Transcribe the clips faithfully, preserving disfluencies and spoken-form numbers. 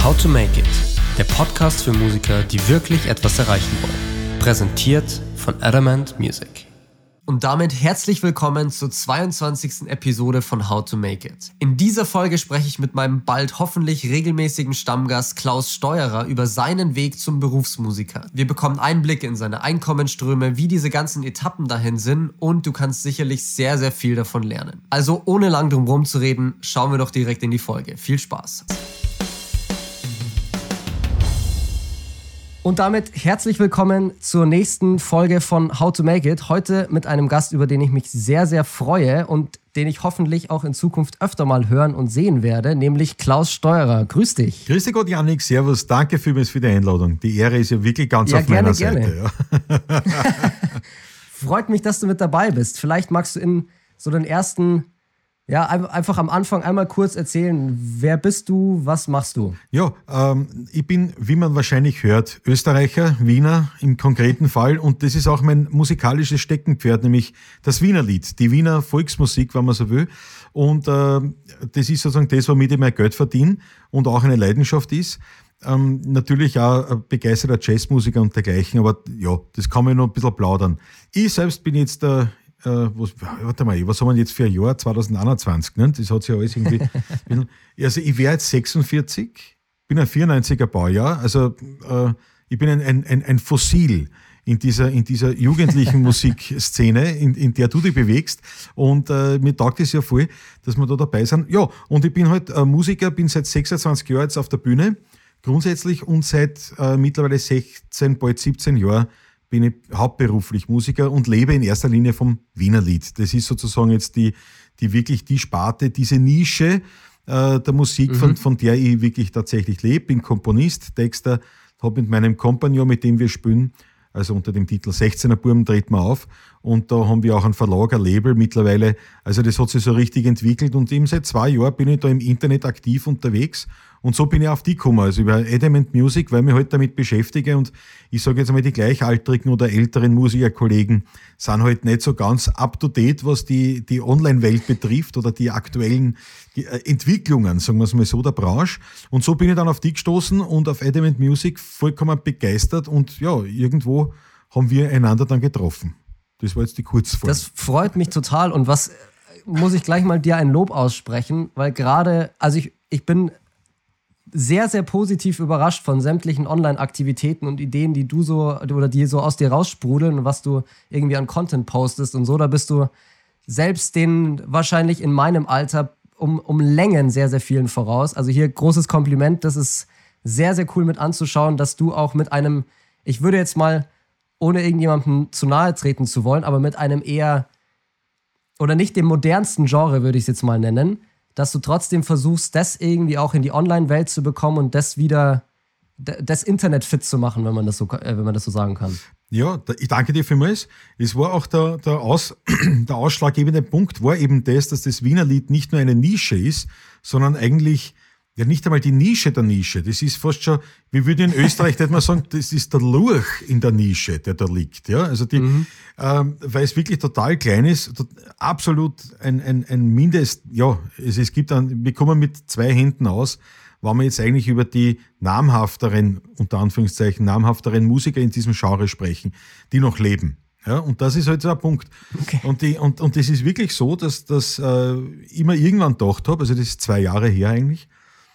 How to Make It, der Podcast für Musiker, die wirklich etwas erreichen wollen. Präsentiert von Adamant Music. Und damit herzlich willkommen zur zweiundzwanzigsten Episode von How to Make It. In dieser Folge spreche ich mit meinem bald hoffentlich regelmäßigen Stammgast Klaus Steuerer über seinen Weg zum Berufsmusiker. Wir bekommen Einblicke in seine Einkommensströme, wie diese ganzen Etappen dahin sind und du kannst sicherlich sehr, sehr viel davon lernen. Also ohne lang drum herum zu reden, schauen wir doch direkt in die Folge. Viel Spaß! Und damit herzlich willkommen zur nächsten Folge von How to Make It. Heute mit einem Gast, über den ich mich sehr, sehr freue und den ich hoffentlich auch in Zukunft öfter mal hören und sehen werde, nämlich Klaus Steuerer. Grüß dich. Grüß dich Gott, Janik. Servus. Danke vielmals für die Einladung. Die Ehre ist ja wirklich ganz ja, auf gerne, meiner gerne. Seite. Ja. Freut mich, dass du mit dabei bist. Vielleicht magst du in so den ersten... Ja, einfach am Anfang einmal kurz erzählen, wer bist du, was machst du? Ja, ähm, ich bin, wie man wahrscheinlich hört, Österreicher, Wiener im konkreten Fall und das ist auch mein musikalisches Steckenpferd, nämlich das Wienerlied, die Wiener Volksmusik, wenn man so will. Und äh, das ist sozusagen das, womit ich mein Geld verdiene und auch eine Leidenschaft ist. Ähm, natürlich auch ein begeisterter Jazzmusiker und dergleichen, aber ja, das kann man noch ein bisschen plaudern. Ich selbst bin jetzt der Äh, was, warte mal, was haben wir jetzt für ein Jahr? zwanzig einundzwanzig, ne? Das hat sich ja alles irgendwie... also ich wäre jetzt sechsundvierzig, bin ein vierundneunziger Baujahr, also äh, ich bin ein, ein, ein Fossil in dieser, in dieser jugendlichen Musikszene, in, in der du dich bewegst und äh, mir taugt es ja voll, dass wir da dabei sind. Ja, und ich bin halt äh, Musiker, bin seit sechsundzwanzig Jahren jetzt auf der Bühne, grundsätzlich und seit äh, mittlerweile sechzehn, bald siebzehn Jahren bin ich hauptberuflich Musiker und lebe in erster Linie vom Wienerlied. Das ist sozusagen jetzt die, die wirklich die Sparte, diese Nische äh, der Musik, mhm. von, von der ich wirklich tatsächlich lebe. Bin Komponist, Texter, habe mit meinem Kompagnon, mit dem wir spielen, also unter dem Titel sechzehner Burm treten wir auf. Und da haben wir auch einen Verlag, ein Label mittlerweile. Also das hat sich so richtig entwickelt und eben seit zwei Jahren bin ich da im Internet aktiv unterwegs. Und so bin ich auf die gekommen, also über Adamant Music, weil ich mich halt damit beschäftige und ich sage jetzt einmal, die gleichaltrigen oder älteren Musikerkollegen sind halt nicht so ganz up to date, was die, die Online-Welt betrifft oder die aktuellen Entwicklungen, sagen wir es mal so, der Branche. Und so bin ich dann auf die gestoßen und auf Adamant Music vollkommen begeistert und ja, irgendwo haben wir einander dann getroffen. Das war jetzt die Kurzform. Das freut mich total und was muss ich gleich mal dir ein Lob aussprechen, weil gerade, also ich, ich bin sehr, sehr positiv überrascht von sämtlichen Online-Aktivitäten und Ideen, die du so oder die so aus dir raussprudeln und was du irgendwie an Content postest und so. Da bist du selbst den wahrscheinlich in meinem Alter um, um Längen sehr, sehr vielen voraus. Also hier großes Kompliment. Das ist sehr, sehr cool mit anzuschauen, dass du auch mit einem, ich würde jetzt mal, ohne irgendjemandem zu nahe treten zu wollen, aber mit einem eher, oder nicht dem modernsten Genre, würde ich es jetzt mal nennen, dass du trotzdem versuchst, das irgendwie auch in die Online-Welt zu bekommen und das wieder, das Internet fit zu machen, wenn man das so, äh, wenn man das so sagen kann. Ja, ich danke dir vielmals. Es war auch der, der, Aus, der ausschlaggebende Punkt, war eben das, dass das Wienerlied nicht nur eine Nische ist, sondern eigentlich ja nicht einmal die Nische der Nische. Das ist fast schon, wie würde in Österreich nicht mal sagen, das ist der Lurch in der Nische, der da liegt. Ja, also die, mhm. ähm, weil es wirklich total klein ist, absolut ein, ein, ein Mindest, ja, es, es gibt dann, wir kommen mit zwei Händen aus, wenn wir jetzt eigentlich über die namhafteren, unter Anführungszeichen, namhafteren Musiker in diesem Genre sprechen, die noch leben. Ja, und das ist halt so ein Punkt. Okay. Und, die, und, und das ist wirklich so, dass, dass äh, ich mir irgendwann gedacht habe, also das ist zwei Jahre her eigentlich,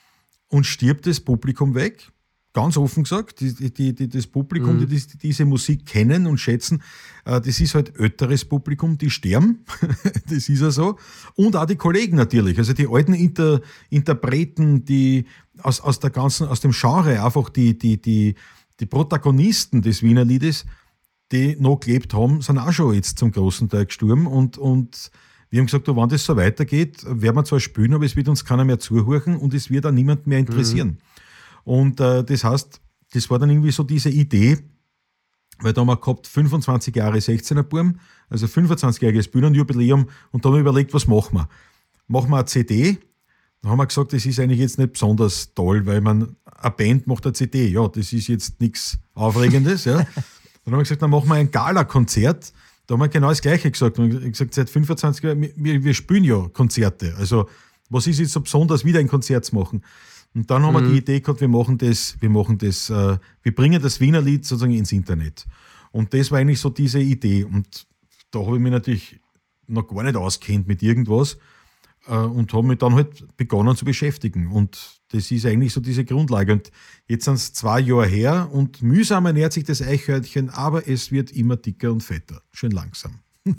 und stirbt das Publikum weg. Ganz offen gesagt, die, die, die, das Publikum, mhm. die, die diese Musik kennen und schätzen, äh, das ist halt älteres Publikum, die sterben. Das ist ja so. Und auch die Kollegen natürlich, also die alten Inter, Interpreten, die aus, aus, der ganzen, aus dem Genre einfach die, die, die, die Protagonisten des Wienerliedes, die noch gelebt haben, sind auch schon jetzt zum großen Teil gestorben und, und wir haben gesagt, wenn das so weitergeht, werden wir zwar spielen, aber es wird uns keiner mehr zuhören und es wird auch niemand mehr interessieren. Mhm. Und äh, das heißt, das war dann irgendwie so diese Idee, weil da haben wir gehabt fünfundzwanzig Jahre sechzehner Burm, also fünfundzwanzigjähriges Bühnenjubiläum und da haben wir überlegt, was machen wir? Machen wir eine C D? Da haben wir gesagt, das ist eigentlich jetzt nicht besonders toll, weil man, eine Band macht eine C D, ja, das ist jetzt nichts Aufregendes. Ja. Dann haben wir gesagt, dann machen wir ein Gala-Konzert. Da haben wir genau das Gleiche gesagt. Wir haben gesagt, seit fünfundzwanzig Jahren, wir, wir spielen ja Konzerte. Also, was ist jetzt so besonders, wieder ein Konzert zu machen? Und dann haben Mhm. wir die Idee gehabt, wir machen das, wir machen das, äh, wir bringen das Wienerlied sozusagen ins Internet. Und das war eigentlich so diese Idee. Und da habe ich mich natürlich noch gar nicht auskennt mit irgendwas äh, und habe mich dann halt begonnen zu beschäftigen. Und das ist eigentlich so diese Grundlage. Und jetzt sind es zwei Jahre her und mühsam ernährt sich das Eichhörnchen, aber es wird immer dicker und fetter. Schön langsam.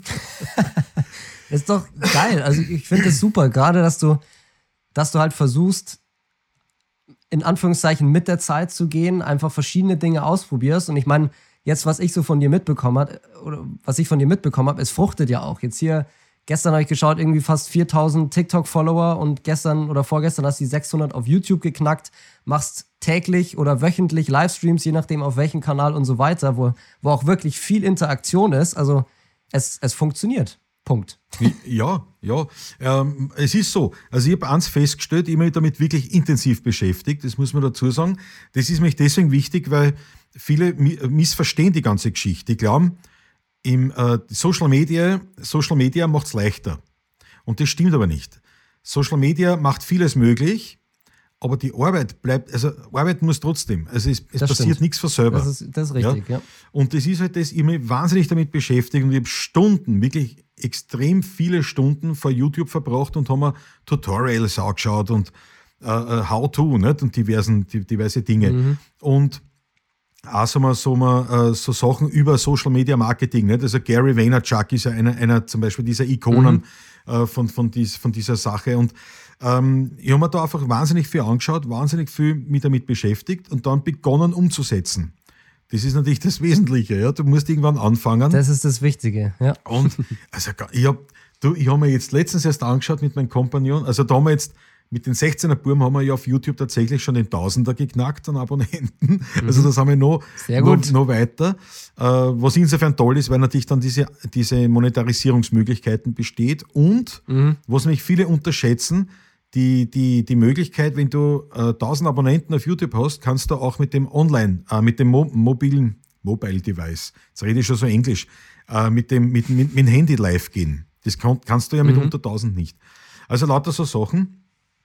Ist doch geil. Also ich finde es super, gerade dass du, dass du halt versuchst, in Anführungszeichen mit der Zeit zu gehen, einfach verschiedene Dinge ausprobierst. Und ich meine, jetzt, was ich so von dir mitbekommen habe, oder was ich von dir mitbekommen habe, es fruchtet ja auch. Jetzt hier, gestern habe ich geschaut, irgendwie fast viertausend TikTok-Follower und gestern oder vorgestern hast du die sechshundert auf YouTube geknackt, machst täglich oder wöchentlich Livestreams, je nachdem auf welchem Kanal und so weiter, wo, wo auch wirklich viel Interaktion ist. Also es, es funktioniert. Punkt. Ja, ja. Ähm, es ist so. Also ich habe eins festgestellt, ich habe mich damit wirklich intensiv beschäftigt, das muss man dazu sagen. Das ist mir deswegen wichtig, weil viele mi- missverstehen die ganze Geschichte. Die glauben, im äh, Social Media, Social Media macht es leichter. Und das stimmt aber nicht. Social Media macht vieles möglich, aber die Arbeit bleibt, also Arbeit muss trotzdem. Also es, es Das passiert stimmt. nichts von selber. Das ist, das ist richtig, ja. Und das ist halt das, ich habe mich wahnsinnig damit beschäftigt und ich habe Stunden, wirklich extrem viele Stunden vor YouTube verbracht und haben mir Tutorials angeschaut und äh, äh, How-to, nicht? Und diversen, die, diverse Dinge. Mhm. Und auch so, mal, so, mal, äh, so Sachen über Social Media Marketing. Nicht? Also Gary Vaynerchuk ist ja einer, einer zum Beispiel dieser Ikonen Mhm. äh, von, von, dies, von dieser Sache. Und ähm, ich habe mir da einfach wahnsinnig viel angeschaut, wahnsinnig viel mich damit beschäftigt und dann begonnen umzusetzen. Das ist natürlich das Wesentliche. Ja? Du musst irgendwann anfangen. Das ist das Wichtige, ja. Und also ich habe hab mir jetzt letztens erst angeschaut mit meinem Kompagnon. Also da haben wir jetzt mit den sechzehner Buben haben wir ja auf YouTube tatsächlich schon den Tausender geknackt an Abonnenten. Mhm. Also das haben wir noch, Sehr gut. noch, noch weiter. Äh, was insofern toll ist, weil natürlich dann diese, diese Monetarisierungsmöglichkeiten besteht. Und Mhm. was nämlich viele unterschätzen, die, die, die Möglichkeit, wenn du äh, tausend Abonnenten auf YouTube hast, kannst du auch mit dem Online, äh, mit dem Mo mobilen Mobile Device, jetzt rede ich schon so Englisch, äh, mit, dem, mit, mit, mit dem Handy live gehen. Das kann, kannst du ja mit Mhm. unter tausend nicht. Also lauter so Sachen.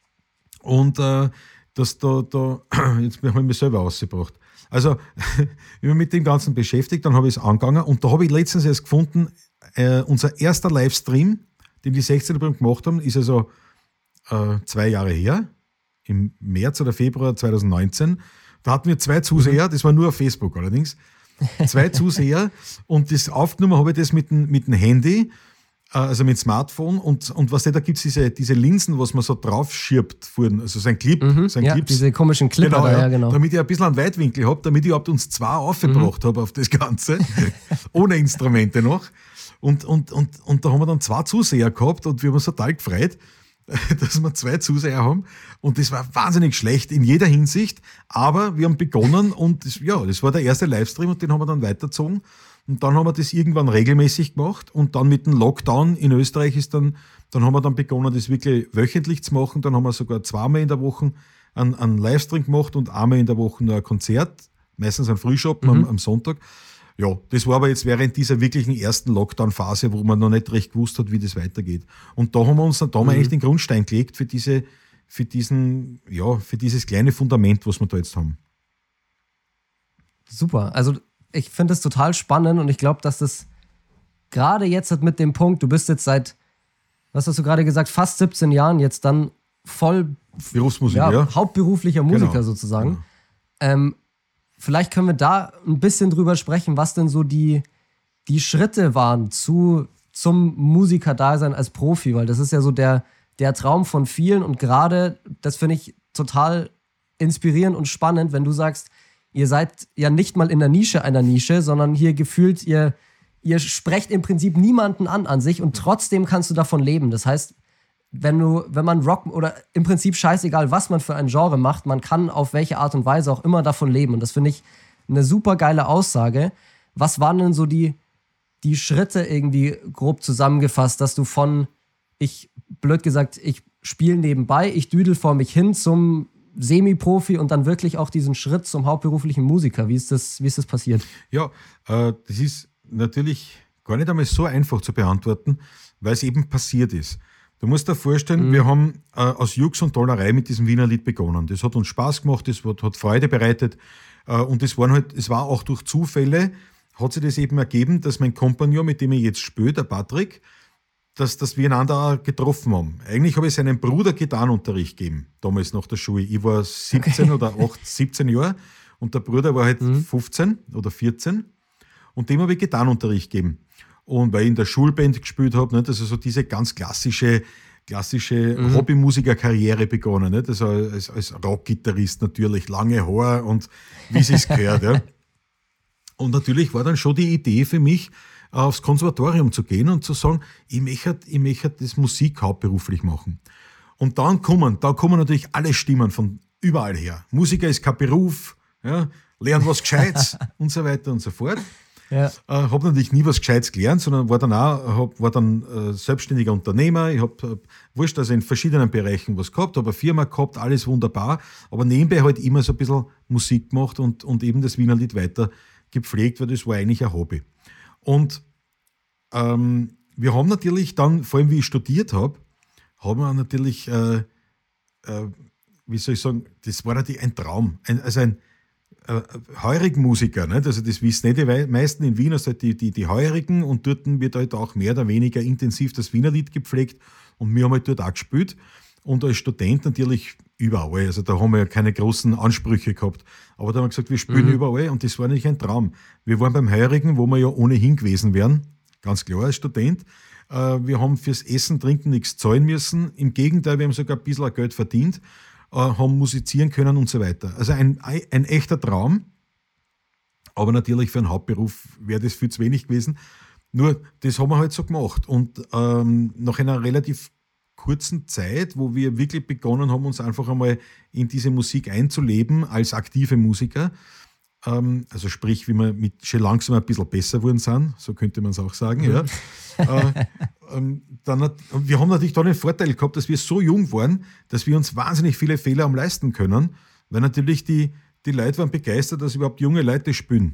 Und äh, das da, da, jetzt habe ich mich selber ausgebracht. Also, ich bin mit dem Ganzen beschäftigt, dann habe ich es angegangen und da habe ich letztens erst gefunden, äh, unser erster Livestream, den die sechzehner Buben gemacht haben, ist also äh, zwei Jahre her, im März oder Februar zwanzig neunzehn. Da hatten wir zwei Zuseher, das war nur auf Facebook allerdings, zwei Zuseher und das aufgenommen habe ich das mit dem, mit dem Handy, äh, also mit Smartphone und, und was da gibt es diese, diese Linsen, was man so drauf schirbt, vorn, also so ein Clip, Mhm. so ein Ja, Clips. diese komischen Clipper Genau, da, ja, ja, genau. damit ich ein bisschen einen Weitwinkel habe, damit ich überhaupt uns zwei aufgebracht habe auf das Ganze, ohne Instrumente noch. Und, und, und, und da haben wir dann zwei Zuseher gehabt und wir haben uns total gefreut, dass wir zwei Zuseher haben. Und das war wahnsinnig schlecht in jeder Hinsicht, aber wir haben begonnen und das, ja, das war der erste Livestream und den haben wir dann weitergezogen. Und dann haben wir das irgendwann regelmäßig gemacht und dann mit dem Lockdown in Österreich ist dann, dann haben wir dann begonnen, das wirklich wöchentlich zu machen. Dann haben wir sogar zweimal in der Woche einen, einen Livestream gemacht und einmal in der Woche noch ein Konzert, meistens ein Frühschoppen Mhm. am, am Sonntag. Ja, das war aber jetzt während dieser wirklichen ersten Lockdown-Phase, wo man noch nicht recht gewusst hat, wie das weitergeht. Und da haben wir uns dann, da haben wir eigentlich den Grundstein gelegt für diese, für diesen, ja, für dieses kleine Fundament, was wir da jetzt haben. Super. Also ich finde das total spannend und ich glaube, dass das gerade jetzt hat mit dem Punkt, du bist jetzt seit, was hast du gerade gesagt, fast siebzehn Jahren jetzt dann voll Berufsmusik, ja, ja. hauptberuflicher Musiker Genau, sozusagen. genau. Ähm, vielleicht können wir da ein bisschen drüber sprechen, was denn so die, die Schritte waren zu, zum Musikerdasein als Profi, weil das ist ja so der, der Traum von vielen und gerade, das finde ich total inspirierend und spannend, wenn du sagst, ihr seid ja nicht mal in der Nische einer Nische, sondern hier gefühlt, ihr, ihr sprecht im Prinzip niemanden an an sich und trotzdem kannst du davon leben. Das heißt, wenn du, wenn man Rock oder im Prinzip scheißegal, was man für ein Genre macht, man kann auf welche Art und Weise auch immer davon leben. Und das finde ich eine super geile Aussage. Was waren denn so die, die Schritte irgendwie grob zusammengefasst, dass du von, ich, blöd gesagt, ich spiele nebenbei, ich düdel vor mich hin zum Semi-Profi und dann wirklich auch diesen Schritt zum hauptberuflichen Musiker. Wie ist das, wie ist das passiert? Ja, äh, das ist natürlich gar nicht einmal so einfach zu beantworten, weil es eben passiert ist. Du musst dir vorstellen, mhm. wir haben äh, aus Jux und Dollerei mit diesem Wiener Lied begonnen. Das hat uns Spaß gemacht, das hat, hat Freude bereitet. Äh, und es waren halt, es war auch durch Zufälle, hat sich das eben ergeben, dass mein Kompagnon, mit dem ich jetzt spiele, der Patrick, dass, dass wir einander getroffen haben. Eigentlich habe ich seinem Bruder Gitarrenunterricht gegeben, damals nach der Schule. Ich war siebzehn okay. oder achtzehn, siebzehn Jahre und der Bruder war halt mhm. fünfzehn oder vierzehn und dem habe ich Gitarrenunterricht gegeben. Und weil ich in der Schulband gespielt habe, nicht, also so diese ganz klassische, klassische mhm. Hobbymusikerkarriere begonnen. Nicht? Also als, als Rockgitarrist natürlich, lange Haare und wie es sich gehört. Ja. Und natürlich war dann schon die Idee für mich, aufs Konservatorium zu gehen und zu sagen, ich möchte, ich möchte das Musik hauptberuflich machen. Und dann kommen, da kommen natürlich alle Stimmen von überall her. Musiker ist kein Beruf, ja, lernen was Gescheites und so weiter und so fort. Ja. Äh, habe natürlich nie was Gescheites gelernt, sondern war dann auch, hab, war dann äh, selbstständiger Unternehmer. Ich habe hab, wurscht, also in verschiedenen Bereichen was gehabt, habe eine Firma gehabt, alles wunderbar, aber nebenbei halt immer so ein bisschen Musik gemacht und, und eben das Wiener Lied weiter gepflegt, weil das war eigentlich ein Hobby. Und ähm, wir haben natürlich dann, vor allem wie ich studiert habe, haben wir natürlich, äh, äh, wie soll ich sagen, das war natürlich ein Traum. Ein, also ein äh, Heurigmusiker, nicht? Also das wissen nicht die meisten in Wien, also die, die, die Heurigen, und dort wird halt auch mehr oder weniger intensiv das Wiener Lied gepflegt und wir haben halt dort auch gespielt. Und als Student natürlich überall, also da haben wir ja keine großen Ansprüche gehabt, aber da haben wir gesagt, wir spielen mhm. überall und das war nicht ein Traum. Wir waren beim Heurigen, wo wir ja ohnehin gewesen wären, ganz klar als Student. Wir haben fürs Essen, Trinken nichts zahlen müssen, im Gegenteil, wir haben sogar ein bisschen Geld verdient, haben musizieren können und so weiter. Also ein, ein echter Traum, aber natürlich für einen Hauptberuf wäre das viel zu wenig gewesen. Nur, das haben wir halt so gemacht und ähm, nach einer relativ kurzen Zeit, wo wir wirklich begonnen haben, uns einfach einmal in diese Musik einzuleben als aktive Musiker. Ähm, also sprich, wie wir mit schon langsam ein bisschen besser geworden sind, so könnte man es auch sagen. Mhm. Ja. äh, ähm, dann hat, wir haben natürlich da den Vorteil gehabt, dass wir so jung waren, dass wir uns wahnsinnig viele Fehler haben leisten können, weil natürlich die, die Leute waren begeistert, dass überhaupt junge Leute spielen.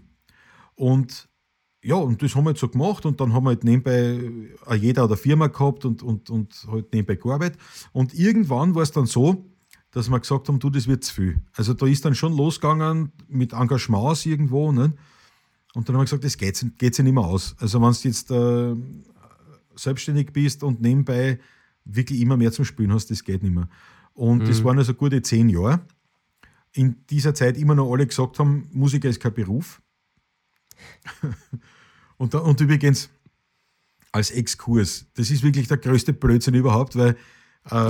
Und ja, und das haben wir jetzt so gemacht und dann haben wir halt nebenbei jeder eine Firma gehabt und, und, und halt nebenbei gearbeitet. Und irgendwann war es dann so, dass wir gesagt haben, du, das wird zu viel. Also da ist dann schon losgegangen mit Engagements irgendwo. Ne? Und dann haben wir gesagt, das geht sich nicht mehr aus. Also wenn du jetzt äh, selbstständig bist und nebenbei wirklich immer mehr zum Spielen hast, das geht nicht mehr. Und mhm. das waren also gute zehn Jahre. In dieser Zeit immer noch alle gesagt haben, Musiker ist kein Beruf. Und, da, und übrigens, als Exkurs, das ist wirklich der größte Blödsinn überhaupt, weil äh,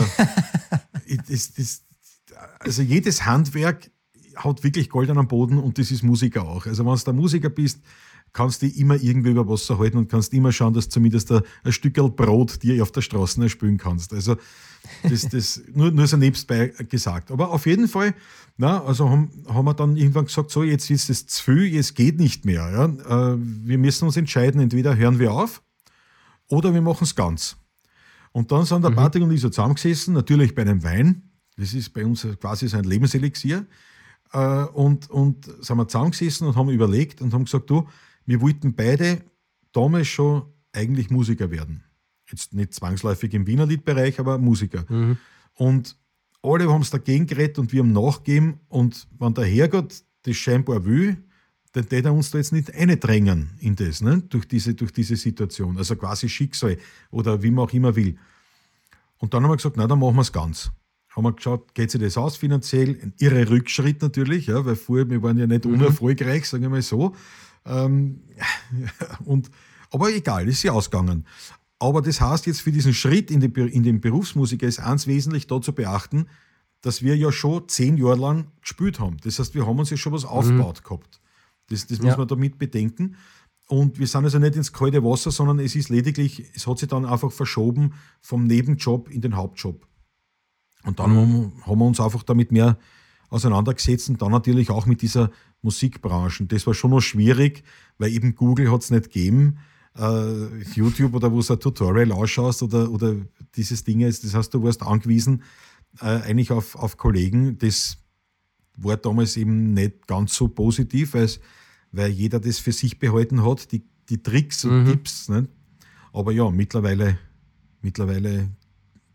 das, das, also jedes Handwerk hat wirklich Gold an am Boden und das ist Musiker auch. Also wenn du der Musiker bist, kannst du immer irgendwie über Wasser halten und kannst immer schauen, dass du zumindest ein, ein Stückerl Brot dir auf der Straße erspülen kannst. Also das, das nur, nur so nebstbei gesagt. Aber auf jeden Fall, na, also haben, haben wir dann irgendwann gesagt, so jetzt ist es zu viel, jetzt geht nicht mehr. Ja? Äh, wir müssen uns entscheiden, entweder hören wir auf oder wir machen es ganz. Und dann sind der mhm. Patrick und ich so zusammengesessen, natürlich bei einem Wein. Das ist bei uns quasi so ein Lebenselixier. Äh, und, und sind wir zusammengesessen und haben überlegt und haben gesagt, du, wir wollten beide damals schon eigentlich Musiker werden. Jetzt nicht zwangsläufig im Wiener Liedbereich, aber Musiker. Mhm. Und alle haben es dagegen geredet und wir haben nachgegeben. Und wenn der Herrgott das scheinbar will, dann wird er uns da jetzt nicht eindrängen in das, ne? durch, diese, durch diese Situation. Also quasi Schicksal oder wie man auch immer will. Und dann haben wir gesagt, nein, dann machen wir es ganz. Haben wir geschaut, geht sich das aus finanziell? Ein irrer Rückschritt natürlich, ja, weil vorher, wir waren ja nicht mhm. unerfolgreich, sagen wir mal so. Ähm, und, aber egal, ist ja ausgegangen. Aber das heißt jetzt für diesen Schritt in den, in den Berufsmusiker ist eins wesentlich da zu beachten, dass wir ja schon zehn Jahre lang gespielt haben. Das heißt, wir haben uns ja schon was mhm. aufgebaut gehabt. Das, das ja. muss man damit bedenken. Und wir sind also nicht ins kalte Wasser, sondern es ist lediglich, es hat sich dann einfach verschoben vom Nebenjob in den Hauptjob. Und dann mhm. haben wir uns einfach damit mehr auseinandergesetzt und dann natürlich auch mit dieser Musikbranche. Das war schon noch schwierig, weil eben Google hat es nicht gegeben, äh, YouTube oder wo du ein Tutorial ausschaust oder, oder dieses Ding ist. Das heißt, du warst angewiesen äh, eigentlich auf, auf Kollegen. Das war damals eben nicht ganz so positiv, weil jeder das für sich behalten hat, die, die Tricks und mhm. Tipps. Nicht? Aber ja, mittlerweile, mittlerweile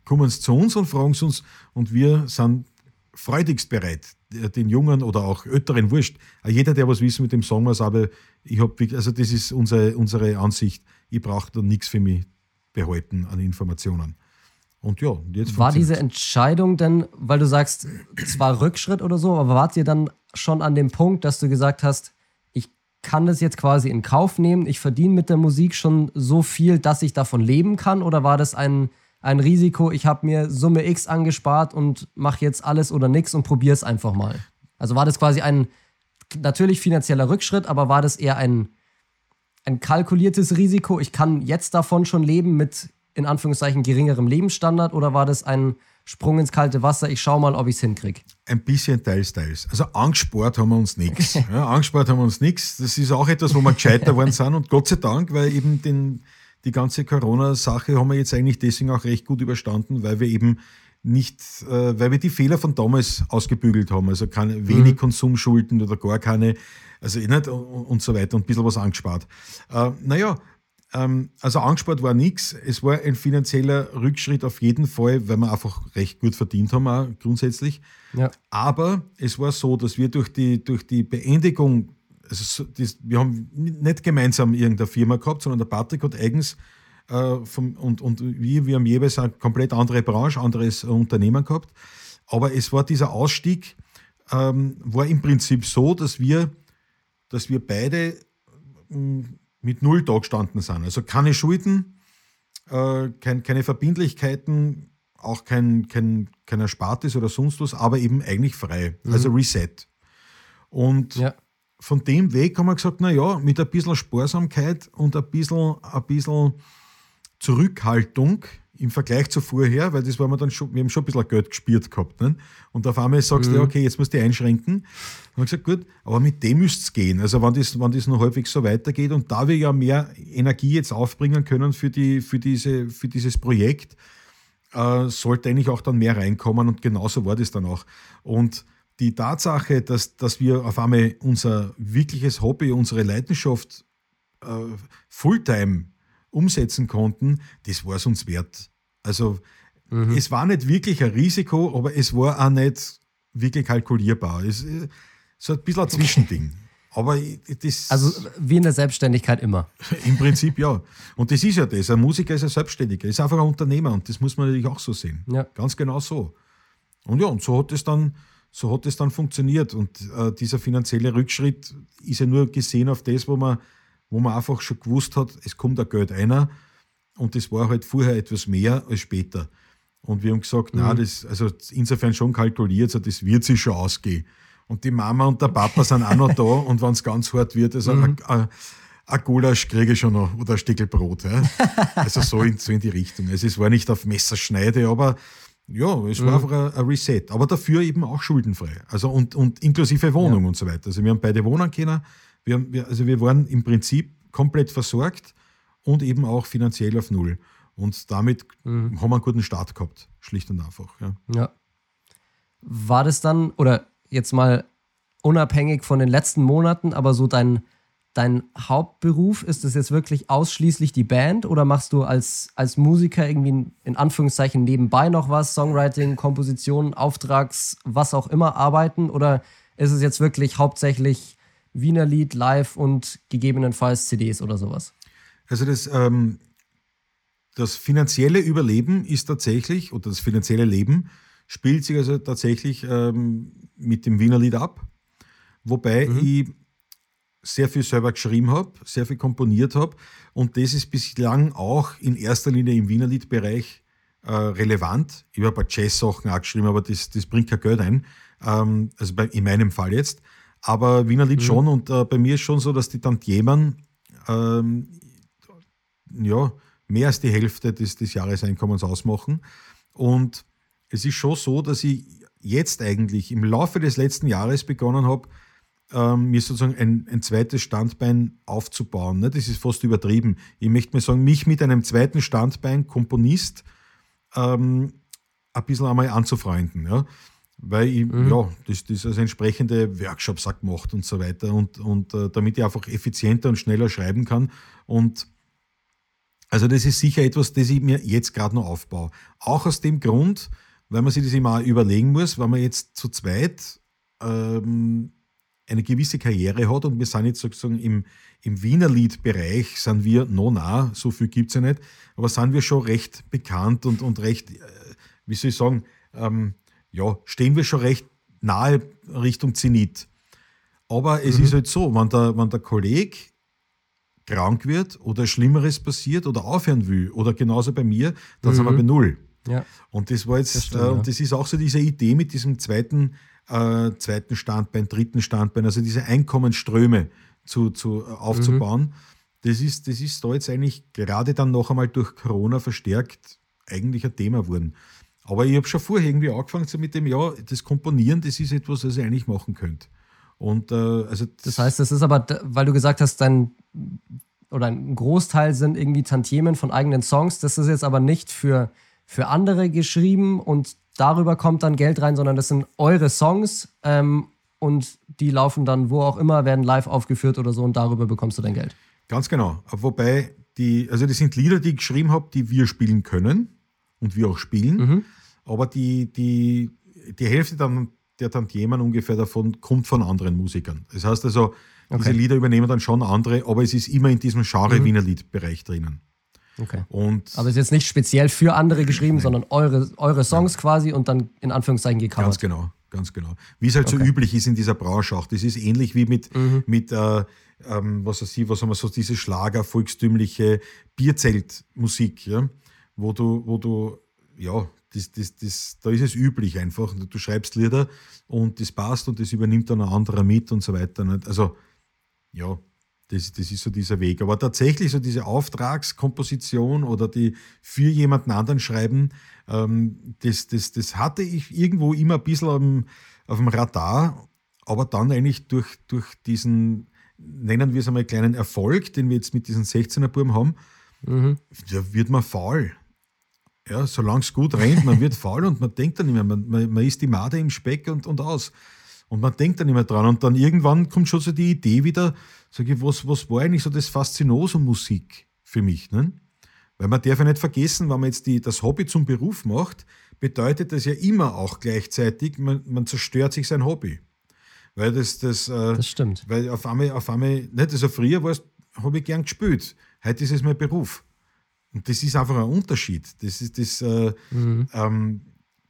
kommen sie zu uns und fragen sie uns und wir sind freudigst bereit, den Jungen oder auch Älteren, wurscht, jeder, der was wissen mit dem Song was, aber ich habe, also das ist unsere, unsere Ansicht, ich brauche da nichts für mich behalten an Informationen. Und ja, jetzt war diese Entscheidung denn, weil du sagst, zwar Rückschritt oder so, aber wart ihr dann schon an dem Punkt, dass du gesagt hast, ich kann das jetzt quasi in Kauf nehmen, ich verdiene mit der Musik schon so viel, dass ich davon leben kann, oder war das ein ein Risiko, ich habe mir Summe X angespart und mache jetzt alles oder nichts und probiere es einfach mal? Also war das quasi ein natürlich finanzieller Rückschritt, aber war das eher ein, ein kalkuliertes Risiko, ich kann jetzt davon schon leben mit in Anführungszeichen geringerem Lebensstandard, oder war das ein Sprung ins kalte Wasser, ich schau mal, ob ich es hinkriege? Ein bisschen teils, teils. Also angespart haben wir uns nichts. Ja, angespart haben wir uns nichts. Das ist auch etwas, wo wir gescheiter geworden sind und Gott sei Dank, weil eben den Die ganze Corona-Sache haben wir jetzt eigentlich deswegen auch recht gut überstanden, weil wir eben nicht, äh, weil wir die Fehler von damals ausgebügelt haben. Also keine, wenig mhm. Konsumschulden oder gar keine, also eh nicht und, und so weiter und ein bisschen was angespart. Äh, naja, ähm, also angespart war nichts. Es war ein finanzieller Rückschritt auf jeden Fall, weil wir einfach recht gut verdient haben, auch grundsätzlich. Ja. Aber es war so, dass wir durch die, durch die Beendigung, also das, wir haben nicht gemeinsam irgendeine Firma gehabt, sondern der Patrick hat eigens äh, vom, und, und wir, wir haben jeweils eine komplett andere Branche, anderes Unternehmen gehabt. Aber es war dieser Ausstieg, ähm, war im Prinzip so, dass wir, dass wir beide mh, mit null da gestanden sind. Also keine Schulden, äh, kein, keine Verbindlichkeiten, auch kein, kein, kein Erspartes oder sonst was, aber eben eigentlich frei. Mhm. Also Reset. Und ja. Von dem Weg haben wir gesagt, naja, mit ein bisschen Sparsamkeit und ein bisschen, ein bisschen Zurückhaltung im Vergleich zu vorher, weil das war wir dann schon, wir haben schon ein bisschen Geld gespielt gehabt. Ne? Und auf einmal sagst mhm. du, ja, okay, jetzt musst du einschränken. Und ich habe gesagt, gut, aber mit dem müsste es gehen. Also wenn das, wenn das noch halbwegs so weitergeht und da wir ja mehr Energie jetzt aufbringen können für, die, für, diese, für dieses Projekt, äh, sollte eigentlich auch dann mehr reinkommen und genauso war das dann auch. Und die Tatsache, dass, dass wir auf einmal unser wirkliches Hobby, unsere Leidenschaft äh, Fulltime umsetzen konnten, das war es uns wert. Also mhm. es war nicht wirklich ein Risiko, aber es war auch nicht wirklich kalkulierbar. Es ist so ein bisschen ein Zwischending. Aber das, also wie in der Selbstständigkeit immer. Im Prinzip ja. Und das ist ja das. Ein Musiker ist ein Selbstständiger, ist einfach ein Unternehmer und das muss man natürlich auch so sehen. Ja. Ganz genau so. Und ja, und so hat es dann So hat es dann funktioniert und äh, dieser finanzielle Rückschritt ist ja nur gesehen auf das, wo man, wo man einfach schon gewusst hat, es kommt ein Geld einer und das war halt vorher etwas mehr als später. Und wir haben gesagt, mhm. na, das, also insofern schon kalkuliert, so das wird sich schon ausgehen. Und die Mama und der Papa sind auch noch da und wenn es ganz hart wird, also mhm. ein, ein Gulasch kriege ich schon noch oder ein Stückel Brot. Ja. Also so in, so in die Richtung. Also es war nicht auf Messerschneide, aber ja, es war mhm. einfach ein, ein Reset, aber dafür eben auch schuldenfrei. Also und, und inklusive Wohnung ja. und so weiter. Also wir haben beide wohnen können. Wir haben, wir, also wir waren im Prinzip komplett versorgt und eben auch finanziell auf Null. Und damit mhm. haben wir einen guten Start gehabt, schlicht und einfach. Ja. ja. War das dann, oder jetzt mal unabhängig von den letzten Monaten, aber so dein Dein Hauptberuf, ist es jetzt wirklich ausschließlich die Band oder machst du als, als Musiker irgendwie in Anführungszeichen nebenbei noch was, Songwriting, Komposition, Auftrags, was auch immer arbeiten, oder ist es jetzt wirklich hauptsächlich Wiener Lied, Live und gegebenenfalls C Ds oder sowas? Also das, ähm, das finanzielle Überleben ist tatsächlich, oder das finanzielle Leben spielt sich also tatsächlich ähm, mit dem Wiener Lied ab, wobei mhm. ich sehr viel selber geschrieben habe, sehr viel komponiert habe und das ist bislang auch in erster Linie im Wiener Liedbereich äh, relevant. Ich habe ein paar Jazz-Sachen auch geschrieben, aber das, das bringt kein Geld ein, ähm, also bei, in meinem Fall jetzt, aber Wiener Lied mhm. schon und äh, bei mir ist schon so, dass die Tantiemen ähm, ja, mehr als die Hälfte des, des Jahreseinkommens ausmachen und es ist schon so, dass ich jetzt eigentlich im Laufe des letzten Jahres begonnen habe, Ähm, mir sozusagen ein, ein zweites Standbein aufzubauen. Ne? Das ist fast übertrieben. Ich möchte mal sagen, mich mit einem zweiten Standbein, Komponist, ähm, ein bisschen einmal anzufreunden. Ja? Weil ich, mhm. ja, das, das also entsprechende Workshops auch gemacht und so weiter und, und äh, damit ich einfach effizienter und schneller schreiben kann. Und Also das ist sicher etwas, das ich mir jetzt gerade noch aufbaue. Auch aus dem Grund, weil man sich das immer auch überlegen muss, weil man jetzt zu zweit ähm, eine gewisse Karriere hat und wir sind jetzt sozusagen im, im Wiener Liedbereich, sind wir noch nah, so viel gibt es ja nicht, aber sind wir schon recht bekannt und, und recht, äh, wie soll ich sagen, ähm, ja, stehen wir schon recht nahe Richtung Zenit. Aber es Mhm. ist halt so, wenn der, wenn der Kollege krank wird oder Schlimmeres passiert oder aufhören will oder genauso bei mir, dann sind wir bei Null. Ja. Und das war jetzt, Das stimmt, äh, ja. und das ist auch so diese Idee mit diesem zweiten, äh, zweiten Standbein, dritten Standbein, also diese Einkommensströme zu, zu, äh, aufzubauen. Das ist, das ist da jetzt eigentlich gerade dann noch einmal durch Corona verstärkt eigentlich ein Thema geworden. Aber ich habe schon vorher irgendwie angefangen so mit dem, ja, das Komponieren, das ist etwas, was ich eigentlich machen könnte. Und äh, also Das heißt, das ist aber, d- weil du gesagt hast, dein oder ein Großteil sind irgendwie Tantiemen von eigenen Songs. Das ist jetzt aber nicht für, für andere geschrieben und darüber kommt dann Geld rein, sondern das sind eure Songs ähm, und die laufen dann wo auch immer, werden live aufgeführt oder so und darüber bekommst du dein Geld. ganz genau. Wobei, die, also das sind Lieder, die ich geschrieben habe, die wir spielen können und wir auch spielen. Mhm. Aber die, die, die Hälfte dann, der Tantiemen ungefähr davon kommt von anderen Musikern. Das heißt also, diese Okay. Lieder übernehmen dann schon andere, aber es ist immer in diesem Genre Mhm. Wiener Liedbereich drinnen. Okay. Und Aber es ist jetzt nicht speziell für andere geschrieben, sondern eure, eure Songs quasi und dann in Anführungszeichen ganz gecovert. genau, ganz genau. Wie es halt so Okay. üblich ist in dieser Branche auch. Das ist ähnlich wie mit, Mhm. mit äh, ähm, was weiß ich, was haben wir so, diese Schlager, volkstümliche Bierzeltmusik, ja, wo du, wo du, ja, das, das, das, da ist es üblich einfach. Du schreibst Lieder und das passt und das übernimmt dann ein anderer mit und so weiter. Nicht? Also, ja, das, das ist so dieser Weg. Aber tatsächlich so diese Auftragskomposition oder die für jemanden anderen schreiben, ähm, das, das, das hatte ich irgendwo immer ein bisschen am, auf dem Radar, aber dann eigentlich durch, durch diesen, nennen wir es einmal, kleinen Erfolg, den wir jetzt mit diesen sechzehner-Buben haben, Mhm. da wird man faul. Ja, solange es gut rennt, man wird faul und man denkt dann nicht mehr, man, man, man isst die Made im Speck und, und aus. Und man denkt dann nicht mehr dran. Und dann irgendwann kommt schon so die Idee wieder, sage ich, was, was war eigentlich so das Faszinosum-Musik für mich? Ne? Weil man darf ja nicht vergessen, wenn man jetzt die, das Hobby zum Beruf macht, bedeutet das ja immer auch gleichzeitig, man, man zerstört sich sein Hobby. Weil das, das, äh, Das stimmt. weil auf einmal, auf einmal, nicht, also früher war es, habe ich gern gespielt, heute ist es mein Beruf. Und das ist einfach ein Unterschied. Das ist das, äh, Mhm. ähm,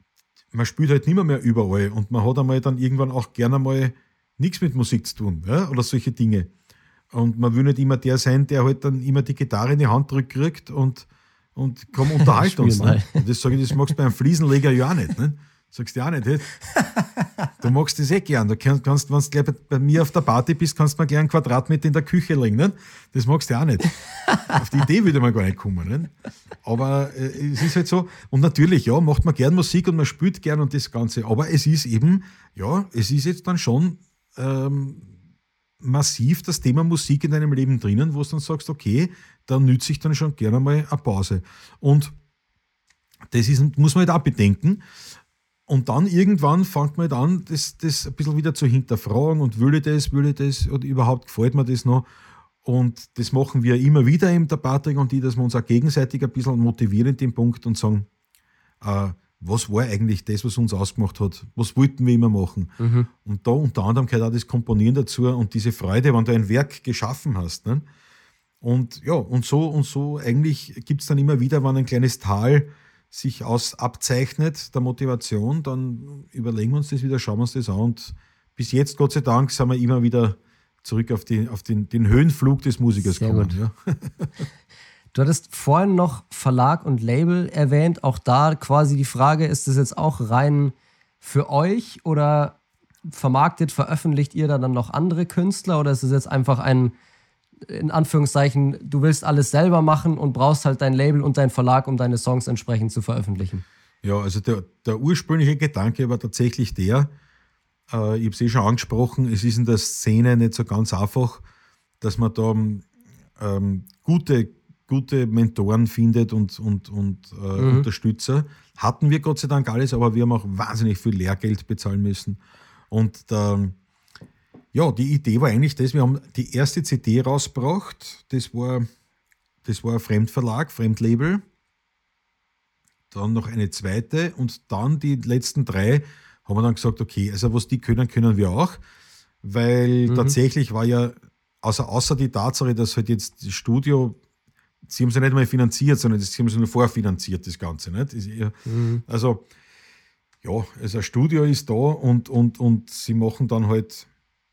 man spielt halt nicht mehr, mehr überall und man hat einmal dann irgendwann auch gerne mal nichts mit Musik zu tun, ja, oder solche Dinge. Und man will nicht immer der sein, der halt dann immer die Gitarre in die Hand drückt kriegt und, und komm, unterhalt Spiel uns. mal. Ne? Und das sage ich, das magst du beim Fliesenleger ja auch nicht. Ne? Sagst du ja auch nicht. Halt. Du magst das eh gern. Du kannst, kannst wenn du gleich bei, bei mir auf der Party bist, kannst du mir gleich einen Quadratmeter in der Küche legen. Ne? Das magst du auch nicht. Auf die Idee würde man gar nicht kommen. Ne? Aber äh, es ist halt so. Und natürlich, ja, macht man gern Musik und man spielt gern und das Ganze. Aber es ist eben, ja, es ist jetzt dann schon ähm, massiv das Thema Musik in deinem Leben drinnen, wo du dann sagst, okay, da nütze ich dann schon gerne mal eine Pause. Und das ist, muss man halt auch bedenken. Und dann irgendwann fängt man halt an, das, das ein bisschen wieder zu hinterfragen und will ich das, will ich das oder überhaupt gefällt mir das noch. Und das machen wir immer wieder, eben der Patrick und ich, dass wir uns auch gegenseitig ein bisschen motivieren in dem Punkt und sagen, äh, was war eigentlich das, was uns ausgemacht hat? Was wollten wir immer machen? Mhm. Und da unter anderem gehört auch das Komponieren dazu und diese Freude, wenn du ein Werk geschaffen hast. Ne? Und ja, und so und so eigentlich gibt es dann immer wieder, wenn ein kleines Tal sich aus abzeichnet, der Motivation, dann überlegen wir uns das wieder, schauen wir uns das an. Und bis jetzt, Gott sei Dank, sind wir immer wieder zurück auf, die, auf den, den Höhenflug des Musikers Sehr gekommen. gut. Ja. Du hattest vorhin noch Verlag und Label erwähnt. Auch da quasi die Frage, ist das jetzt auch rein für euch oder vermarktet, veröffentlicht ihr da dann noch andere Künstler oder ist es jetzt einfach ein, in Anführungszeichen, du willst alles selber machen und brauchst halt dein Label und dein Verlag, um deine Songs entsprechend zu veröffentlichen? Ja, also der, der ursprüngliche Gedanke war tatsächlich der, äh, ich habe es eh schon angesprochen, es ist in der Szene nicht so ganz einfach, dass man da ähm, gute, gute Mentoren findet und, und, und äh, Mhm. Unterstützer. Hatten wir Gott sei Dank alles, aber wir haben auch wahnsinnig viel Lehrgeld bezahlen müssen. Und der, ja, die Idee war eigentlich das, wir haben die erste C D rausgebracht, das war das war ein Fremdverlag, Fremdlabel. Dann noch eine zweite und dann die letzten drei haben wir dann gesagt, okay, also was die können, können wir auch, weil mhm. tatsächlich war ja, außer, außer die Tatsache, dass halt jetzt das Studio, sie haben es ja nicht mal finanziert, sondern das, sie haben es nur vorfinanziert, das Ganze. Nicht? Das eher, mhm. Also, ja, also ein Studio ist da und, und, und sie machen dann halt,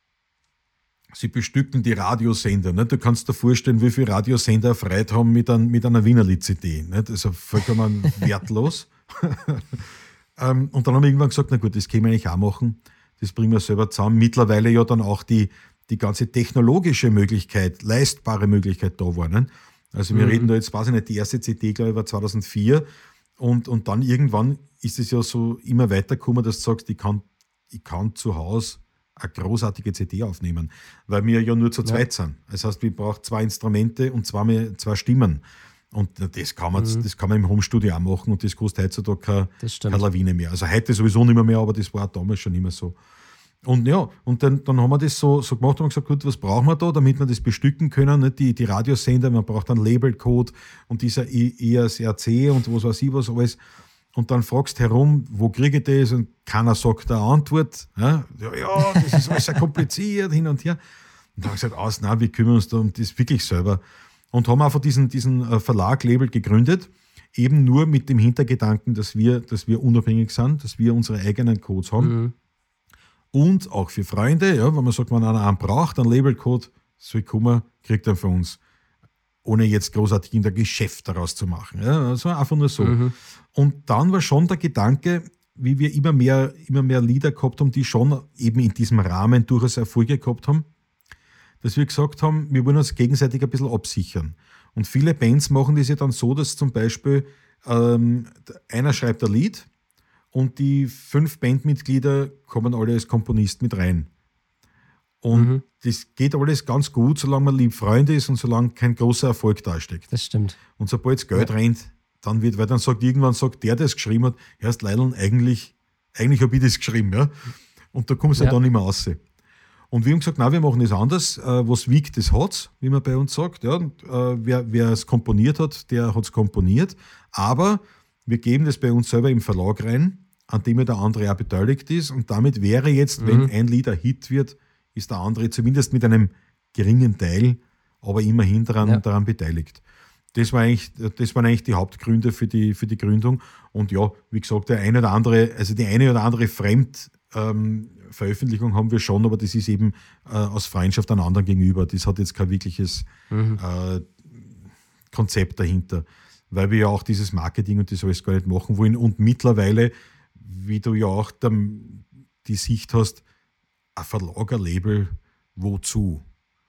sie bestücken die Radiosender. Nicht? Du kannst dir vorstellen, wie viele Radiosender erfreut haben mit, ein, mit einer Wienerli-C D. Nicht? Also vollkommen wertlos. ähm, und dann haben wir irgendwann gesagt, na gut, das können wir eigentlich auch machen. Das bringen wir selber zusammen. Mittlerweile ja dann auch die, die ganze technologische Möglichkeit, leistbare Möglichkeit da war. Nicht? Also wir mhm. reden da jetzt, weiß ich nicht, die erste C D, glaube ich, war zweitausendvier. Und, und dann irgendwann ist es ja so immer weitergekommen, dass du sagst, ich kann, ich kann zu Hause eine großartige C D aufnehmen, weil wir ja nur zu zweit ja. sind. Das heißt, wir brauchen zwei Instrumente und zwei, zwei Stimmen. Und das kann, man, mhm. das kann man im Homestudio auch machen und das kostet heutzutage keine, keine Lawine mehr. Also heute sowieso nicht mehr, mehr, aber das war auch damals schon immer so. Und ja, und dann, dann haben wir das so, so gemacht und gesagt, gut, was brauchen wir da, damit wir das bestücken können, nicht? Die, die Radiosender, man braucht einen Labelcode und dieser E S R C und was weiß ich was alles. Und dann fragst du herum, wo kriege ich das? Und keiner sagt eine Antwort. Ja, ja, das ist alles sehr kompliziert, hin und her. Und dann habe ich gesagt, aus, nein, wir kümmern uns da um das wirklich selber. Und haben einfach diesen, diesen Verlag Label gegründet, eben nur mit dem Hintergedanken, dass wir, dass wir unabhängig sind, dass wir unsere eigenen Codes haben. Mhm. Und auch für Freunde, ja, wenn man sagt, wenn einer einen braucht, einen Labelcode, soll kommen, kriegt er von uns. Ohne jetzt großartig in der Geschäft daraus zu machen. Ja, also einfach nur so. Mhm. Und dann war schon der Gedanke, wie wir immer mehr, immer mehr Lieder gehabt haben, die schon eben in diesem Rahmen durchaus Erfolge gehabt haben, dass wir gesagt haben, wir wollen uns gegenseitig ein bisschen absichern. Und viele Bands machen das ja dann so, dass zum Beispiel ähm, einer schreibt ein Lied und die fünf Bandmitglieder kommen alle als Komponist mit rein. Und mhm. das geht alles ganz gut, solange man lieb Freunde ist und solange kein großer Erfolg dasteckt. Das stimmt. Und sobald das Geld ja. rennt, dann wird, weil dann sagt irgendwann sagt der, der es geschrieben hat, erst Leilon, eigentlich, eigentlich habe ich das geschrieben, ja. Und da kommst du ja. dann nicht mehr raus. Und wir haben gesagt, nein, wir machen das anders. Was wiegt, das hat's, wie man bei uns sagt. Ja, und, äh, wer, wer es komponiert hat, der hat es komponiert. Aber wir geben das bei uns selber im Verlag rein, an dem ja der andere auch beteiligt ist. Und damit wäre jetzt, mhm. wenn ein Lied ein Hit wird, ist der andere zumindest mit einem geringen Teil, aber immerhin daran, ja. daran beteiligt. Das, war eigentlich, das waren eigentlich die Hauptgründe für die, für die Gründung. Und ja, wie gesagt, der eine oder andere, also die eine oder andere Fremdveröffentlichung ähm, haben wir schon, aber das ist eben äh, aus Freundschaft an anderen gegenüber. Das hat jetzt kein wirkliches mhm. äh, Konzept dahinter, weil wir ja auch dieses Marketing und das alles gar nicht machen wollen. Und mittlerweile, wie du ja auch der, die Sicht hast, ein Verlag, ein Label, wozu?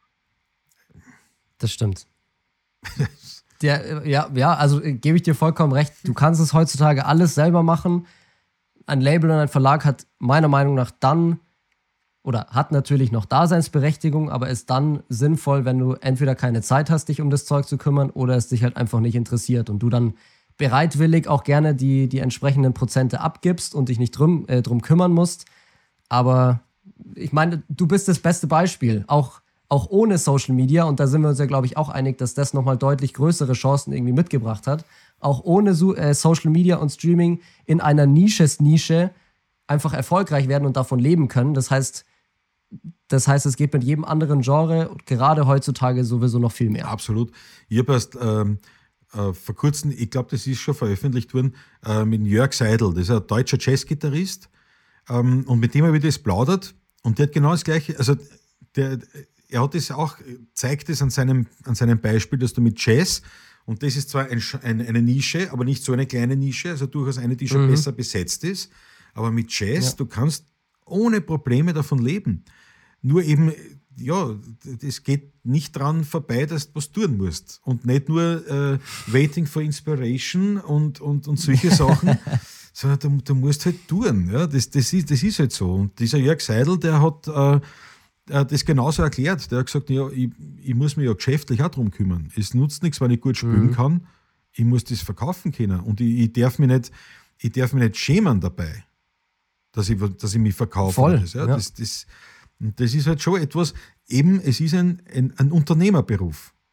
Das stimmt. Der, ja, ja, also äh, gebe ich dir vollkommen recht. Du kannst es heutzutage alles selber machen. Ein Label und ein Verlag hat meiner Meinung nach dann, oder hat natürlich noch Daseinsberechtigung, aber ist dann sinnvoll, wenn du entweder keine Zeit hast, dich um das Zeug zu kümmern, oder es dich halt einfach nicht interessiert und du dann bereitwillig auch gerne die, die entsprechenden Prozente abgibst und dich nicht drum, äh, drum kümmern musst. Aber ich meine, du bist das beste Beispiel, auch Auch ohne Social Media, und da sind wir uns ja, glaube ich, auch einig, dass das nochmal deutlich größere Chancen irgendwie mitgebracht hat. Auch ohne so, äh, Social Media und Streaming in einer Nisches-Nische einfach erfolgreich werden und davon leben können. Das heißt, das heißt, es geht mit jedem anderen Genre, gerade heutzutage, sowieso noch viel mehr. Absolut. Ich habe erst ähm, äh, vor kurzem, ich glaube, das ist schon veröffentlicht worden, äh, mit Jörg Seidel, das ist ein deutscher Jazzgitarrist, ähm, und mit dem habe ich das plaudert, und der hat genau das Gleiche, also der Er hat es auch, zeigt es an seinem, an seinem Beispiel, dass du mit Jazz, und das ist zwar ein, ein, eine Nische, aber nicht so eine kleine Nische, also durchaus eine, die schon mhm. besser besetzt ist, aber mit Jazz, ja. du kannst ohne Probleme davon leben. Nur eben, ja, es geht nicht dran vorbei, dass du was tun musst. Und nicht nur äh, Waiting for Inspiration und, und, und solche Sachen, sondern du, du musst halt tun. Ja? Das, das, ist, das ist halt so. Und dieser Jörg Seidel, der hat äh, das genauso erklärt. Der hat gesagt, ja, ich, ich muss mich ja geschäftlich auch darum kümmern. Es nutzt nichts, wenn ich gut spielen mhm. kann. Ich muss das verkaufen können. Und ich, ich, darf, mich nicht, ich darf mich nicht schämen dabei, dass ich, dass ich mich verkaufe. Voll, das, ja. Ja. Das, das, das ist halt schon etwas, eben, es ist ein, ein, ein Unternehmerberuf.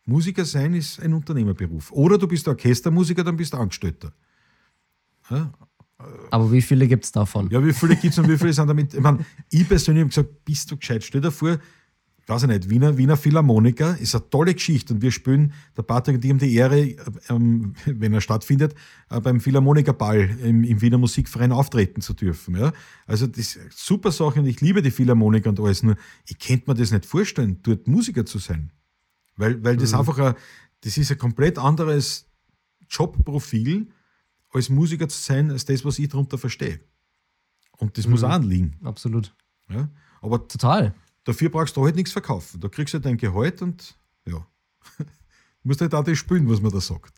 Musiker sein ist ein Unternehmerberuf. Oder du bist Orchestermusiker, dann bist du Angestellter. Ja? Aber wie viele gibt es davon? Ja, wie viele gibt es und wie viele sind damit? Ich meine, ich persönlich habe gesagt, bist du gescheit? Stell dir vor, weiß ich nicht, Wiener, Wiener Philharmoniker ist eine tolle Geschichte und wir spielen, der Patrick und ich haben die Ehre, ähm, wenn er stattfindet, äh, beim Philharmonikerball im, im Wiener Musikverein auftreten zu dürfen. Ja? Also das ist eine super Sache und ich liebe die Philharmoniker und alles, nur ich könnte mir das nicht vorstellen, dort Musiker zu sein. Weil, weil das Mhm. einfach ein, das ist ein komplett anderes Jobprofil, als Musiker zu sein, als das, was ich darunter verstehe. Und das Mhm. muss auch anliegen. Absolut. Ja? Aber Total. dafür brauchst du halt nichts verkaufen. Da kriegst du dein Gehalt und ja. Du musst halt auch das spielen, was man da sagt.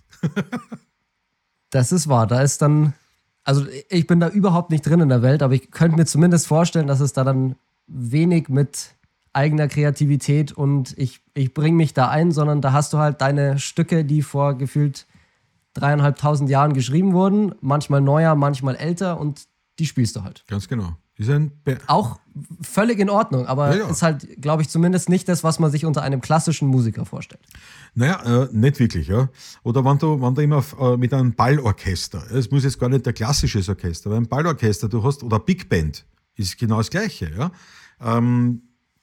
Das ist wahr. Da ist dann, also ich bin da überhaupt nicht drin in der Welt, aber ich könnte mir zumindest vorstellen, dass es da dann wenig mit eigener Kreativität und ich, ich bringe mich da ein, sondern da hast du halt deine Stücke, die vor gefühlt dreieinhalbtausend Jahren geschrieben wurden, manchmal neuer, manchmal älter und die spielst du halt. Ganz genau. Ist ein Be Auch völlig in Ordnung, aber Ja, ja. ist halt, glaube ich, zumindest nicht das, was man sich unter einem klassischen Musiker vorstellt. Naja, äh, nicht wirklich, ja. Oder wenn du, wenn du immer äh, mit einem Ballorchester, es muss jetzt gar nicht der klassische Orchester, aber ein Ballorchester, du hast, oder Big Band, ist genau das Gleiche, ja. Ähm,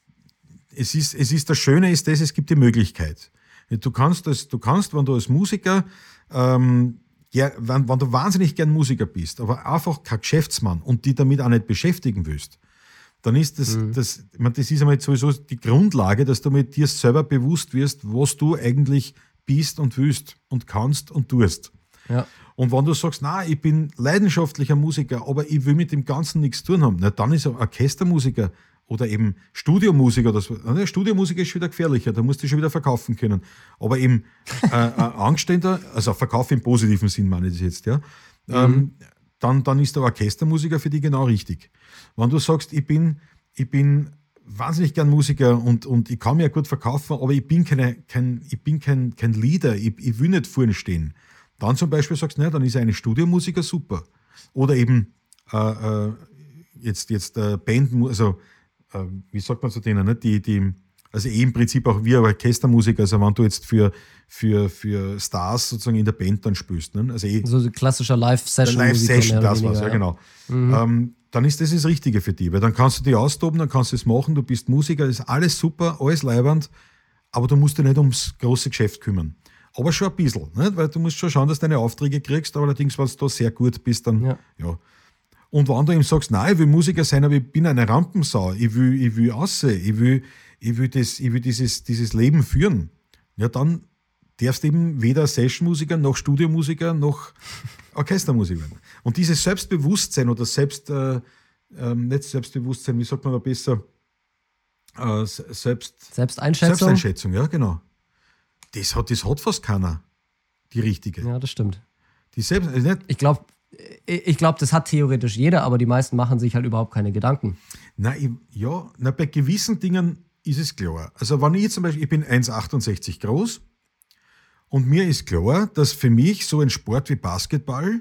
es ist, es ist das Schöne ist das, es gibt die Möglichkeit. Du kannst, das, du kannst, wenn du als Musiker, ähm, ja, wenn, wenn du wahnsinnig gern Musiker bist, aber einfach kein Geschäftsmann und die damit auch nicht beschäftigen willst, dann ist das, mhm. das, ich meine, das ist einmal sowieso die Grundlage, dass du mit dir selber bewusst wirst, was du eigentlich bist und willst und kannst und tust. Ja. Und wenn du sagst, na, ich bin leidenschaftlicher Musiker, aber ich will mit dem Ganzen nichts zu tun haben, na, dann ist ein Orchestermusiker oder eben Studiomusiker oder so. Ne, Studiomusiker ist schon wieder gefährlicher, da musst du schon wieder verkaufen können. Aber eben äh, ein Angestellter, also Verkauf im positiven Sinn meine ich das jetzt, ja, mhm. ähm, dann, dann ist der Orchestermusiker für dich genau richtig. Wenn du sagst, ich bin, ich bin wahnsinnig gern Musiker und, und ich kann mir ja gut verkaufen, aber ich bin, keine, kein, ich bin kein, kein Leader, ich, ich will nicht vorne stehen. Dann zum Beispiel sagst du, naja, dann ist ein Studiomusiker super. Oder eben äh, äh, jetzt, jetzt äh, Band, also äh, wie sagt man zu denen, ne? die, die, also eh im Prinzip auch wie ein Orchestermusiker, also wenn du jetzt für, für, für Stars sozusagen in der Band dann spielst. Ne? Also eh, so ein klassischer Live-Session. Live-Session, das war's, ja, ja genau. Mhm. Ähm, dann ist das das Richtige für dich, weil dann kannst du dich austoben, dann kannst du es machen, du bist Musiker, ist alles super, alles leibernd, aber du musst dich nicht ums große Geschäft kümmern. Aber schon ein bisschen, nicht? Weil du musst schon schauen, dass du deine Aufträge kriegst, aber allerdings, wenn du da sehr gut bist, dann ja. ja. Und wenn du ihm sagst, nein, ich will Musiker sein, aber ich bin eine Rampensau, ich will, ich will aussehen, ich will, ich will, das, ich will dieses, dieses Leben führen, ja, dann darfst du eben weder Sessionmusiker noch Studiomusiker noch Orchestermusiker werden. Und dieses Selbstbewusstsein oder Selbst, äh, äh, nicht Selbstbewusstsein, wie sagt man aber besser, äh, Selbst, Selbsteinschätzung. Selbsteinschätzung, ja, genau. Das hat, das hat fast keiner, die richtige. Ja, das stimmt. Die Selbst, also nicht, ich glaube, ich glaub, das hat theoretisch jeder, aber die meisten machen sich halt überhaupt keine Gedanken. Nein, ich, ja, na, bei gewissen Dingen ist es klar. Also wenn ich zum Beispiel, ich bin eins Komma achtundsechzig groß und mir ist klar, dass für mich so ein Sport wie Basketball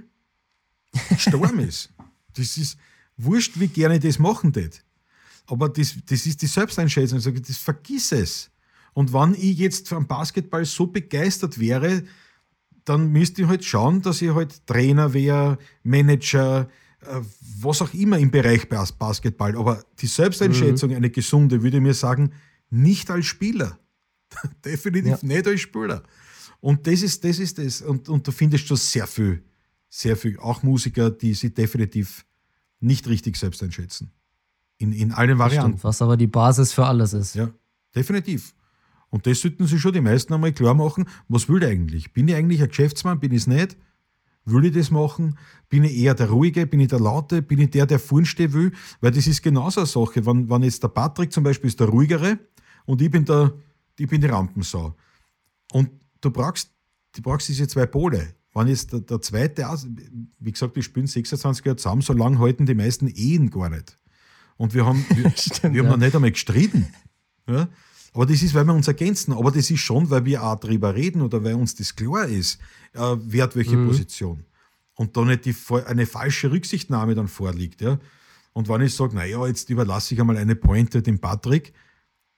Sturm ist. Das ist wurscht, wie gerne ich das machen tät. Aber das, das ist die Selbsteinschätzung. Ich sage, das vergiss es. Und wenn ich jetzt für einen Basketball so begeistert wäre, dann müsste ich halt schauen, dass ich halt Trainer wäre, Manager, äh, was auch immer im Bereich Bas- Basketball. Aber die Selbsteinschätzung, mhm. eine gesunde, würde ich mir sagen, nicht als Spieler. Definitiv ja. nicht als Spieler. Und das ist das. Ist das. Und, und du findest schon sehr viel, sehr viel, auch Musiker, die sich definitiv nicht richtig selbst einschätzen. In, in allen Varianten. Stimmt, was aber die Basis für alles ist. Ja, definitiv. Und das sollten sich schon die meisten einmal klar machen, was will ich eigentlich? Bin ich eigentlich ein Geschäftsmann? Bin ich es nicht? Will ich das machen? Bin ich eher der Ruhige? Bin ich der Laute? Bin ich der, der vorn stehen will? Weil das ist genauso eine Sache. Wenn, wenn jetzt der Patrick zum Beispiel ist der Ruhigere und ich bin, der, ich bin die Rampensau. Und du brauchst, du brauchst diese zwei Pole. Wenn jetzt der, der Zweite, wie gesagt, wir spielen sechsundzwanzig Jahre zusammen, so lange halten die meisten Ehen gar nicht. Und wir haben, wir, Stimmt, wir haben ja. noch nicht einmal gestritten. Ja? Aber das ist, weil wir uns ergänzen. Aber das ist schon, weil wir auch drüber reden oder weil uns das klar ist, äh, wer hat welche mhm. Position. Und da nicht die, eine falsche Rücksichtnahme dann vorliegt. Ja? Und wenn ich sage, naja, jetzt überlasse ich einmal eine Pointe dem Patrick,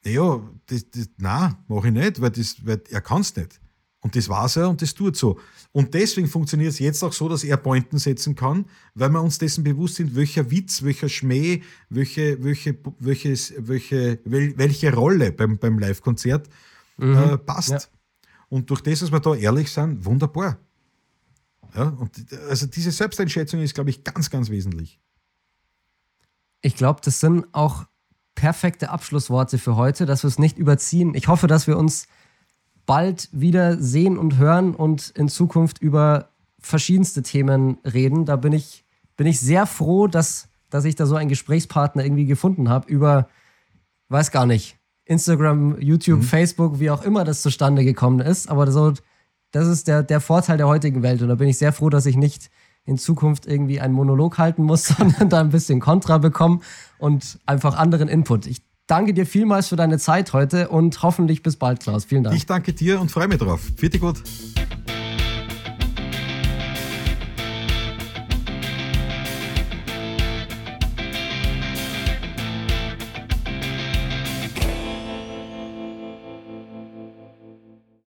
Ja, das, das, nein, mache ich nicht, weil, das, weil er kann es nicht. Und das weiß er und das tut so. Und deswegen funktioniert es jetzt auch so, dass er Pointen setzen kann, weil wir uns dessen bewusst sind, welcher Witz, welcher Schmäh, welche, welche, welches, welche, wel, welche Rolle beim, beim Live-Konzert mhm. äh, passt. Ja. Und durch das, dass wir da ehrlich sind, wunderbar. Ja, und also diese Selbsteinschätzung ist, glaube ich, ganz, ganz wesentlich. Ich glaube, das sind auch perfekte Abschlussworte für heute, dass wir es nicht überziehen. Ich hoffe, dass wir uns bald wieder sehen und hören und in Zukunft über verschiedenste Themen reden. Da bin ich, bin ich sehr froh, dass, dass ich da so einen Gesprächspartner irgendwie gefunden habe über, weiß gar nicht, Instagram, YouTube, mhm. Facebook, wie auch immer das zustande gekommen ist. Aber so, das ist der, der Vorteil der heutigen Welt. Und da bin ich sehr froh, dass ich nicht in Zukunft irgendwie einen Monolog halten muss, sondern da ein bisschen Kontra bekomme und einfach anderen Input. Ich danke dir vielmals für deine Zeit heute und hoffentlich bis bald, Klaus. Vielen Dank. Ich danke dir und freue mich drauf. Vierte gut.